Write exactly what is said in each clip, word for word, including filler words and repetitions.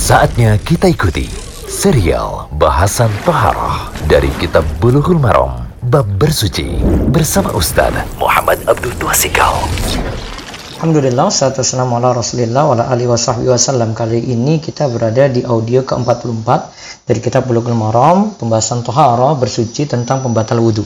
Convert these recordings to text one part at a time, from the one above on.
Saatnya kita ikuti serial bahasan Toharoh dari Kitab Bulughul Maram Bab Bersuci bersama Ustaz Muhammad Abdul Twasikal. Alhamdulillah, salatu wassalamu ala Rasulillah wa ala alihi wasahbihi wasallam. Kali ini kita berada di audio ke empat puluh empat dari Kitab Bulughul Maram, pembahasan Toharoh bersuci tentang pembatal wudhu.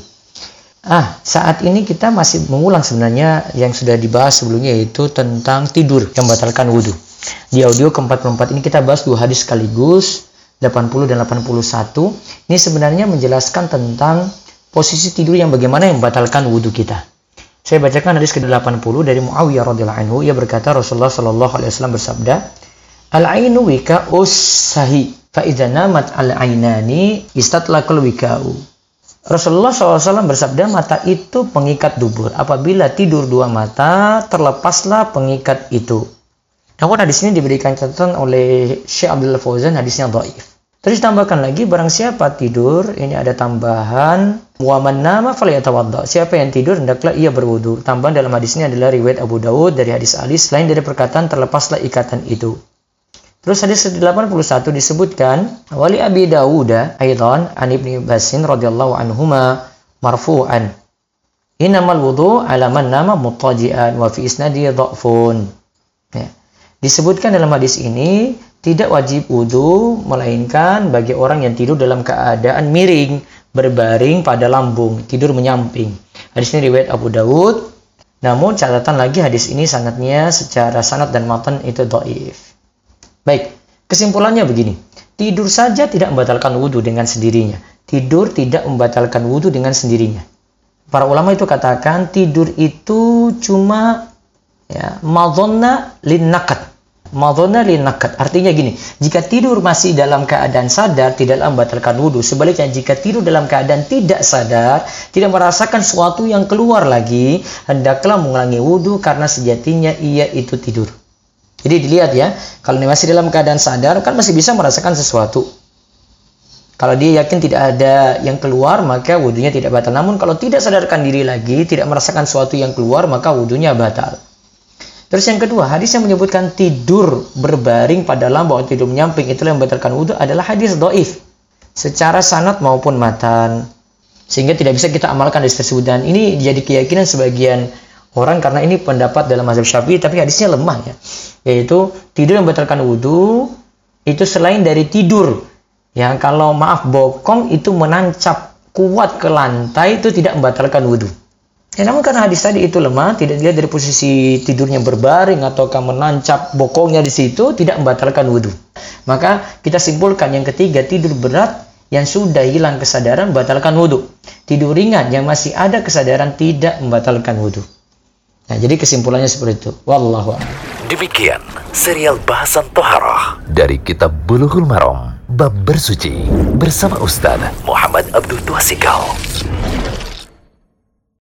Ah, saat ini kita masih mengulang sebenarnya yang sudah dibahas sebelumnya, yaitu tentang tidur yang membatalkan wudhu. Di audio ke empat puluh empat ini kita bahas dua hadis sekaligus, delapan puluh dan delapan puluh satu. Ini sebenarnya menjelaskan tentang posisi tidur yang bagaimana yang membatalkan wudhu kita. Saya bacakan hadis ke delapan puluh dari Muawiyah radhiyallahu anhu. Ia berkata, Rasulullah shallallahu alaihi wasallam bersabda, "Al-ainu wika'us sahi, fa idza namat al-ainani istatlaqal wika'u." Rasulullah shallallahu alaihi wasallam bersabda, mata itu pengikat dubur. Apabila tidur dua mata, terlepaslah pengikat itu. Namun hadis ini diberikan catatan oleh Syekh Abdul Fauzan, hadisnya dhaif. Terus tambahkan lagi, barang siapa tidur, ini ada tambahan, wa man nama falyatawadda. Siapa yang tidur hendaklah ia berwudu. Tambahan dalam hadis ini adalah riwayat Abu Dawud dari hadis Ali, selain dari perkataan terlepaslah ikatan itu. Terus hadis delapan puluh satu disebutkan, wali Abi Dawud aidan an Ibnu Abbasin radhiyallahu anhuma marfu'an, innamal wudu ala man nama muttaji'an wa fi isnadi dha'fun. Ya. Disebutkan dalam hadis ini, tidak wajib wudhu, melainkan bagi orang yang tidur dalam keadaan miring, berbaring pada lambung, tidur menyamping. Hadis ini riwayat Abu Dawud, namun catatan lagi hadis ini sanadnya secara sanad dan matan itu dhaif. Baik, kesimpulannya begini, tidur saja tidak membatalkan wudhu dengan sendirinya. Tidur tidak membatalkan wudhu dengan sendirinya. Para ulama itu katakan, tidur itu cuma ya, madhonna lin nakat. Madhonna lin nakat. Artinya gini, jika tidur masih dalam keadaan sadar, tidaklah membatalkan wudhu. Sebaliknya, jika tidur dalam keadaan tidak sadar, tidak merasakan sesuatu yang keluar lagi, hendaklah mengulangi wudhu karena sejatinya ia itu tidur. Jadi dilihat ya, kalau dia masih dalam keadaan sadar, kan masih bisa merasakan sesuatu. Kalau dia yakin tidak ada yang keluar, maka wudhunya tidak batal. Namun kalau tidak sadarkan diri lagi, tidak merasakan sesuatu yang keluar, maka wudhunya batal. Terus yang kedua, hadis yang menyebutkan tidur berbaring pada lambung atau tidur menyamping itulah yang membatalkan wudhu adalah hadis dhaif secara sanad maupun matan, sehingga tidak bisa kita amalkan hadis tersebut. Dan ini jadi keyakinan sebagian orang karena ini pendapat dalam mazhab Syafi'i, tapi hadisnya lemah ya, yaitu tidur yang membatalkan wudhu itu selain dari tidur yang kalau maaf bokong itu menancap kuat ke lantai, itu tidak membatalkan wudhu. Ya, namun karena hadis tadi itu lemah, tidak dilihat dari posisi tidurnya berbaring ataukah menancap bokongnya di situ, tidak membatalkan wudhu. Maka kita simpulkan yang ketiga, tidur berat yang sudah hilang kesadaran membatalkan wudhu. Tidur ringan yang masih ada kesadaran tidak membatalkan wudhu. Nah, jadi kesimpulannya seperti itu. Wallahu a'lam. Demikian serial bahasan Toharoh dari Kitab Bulughul Maram Bab Bersuci bersama Ustaz Muhammad Abdul Twasikal.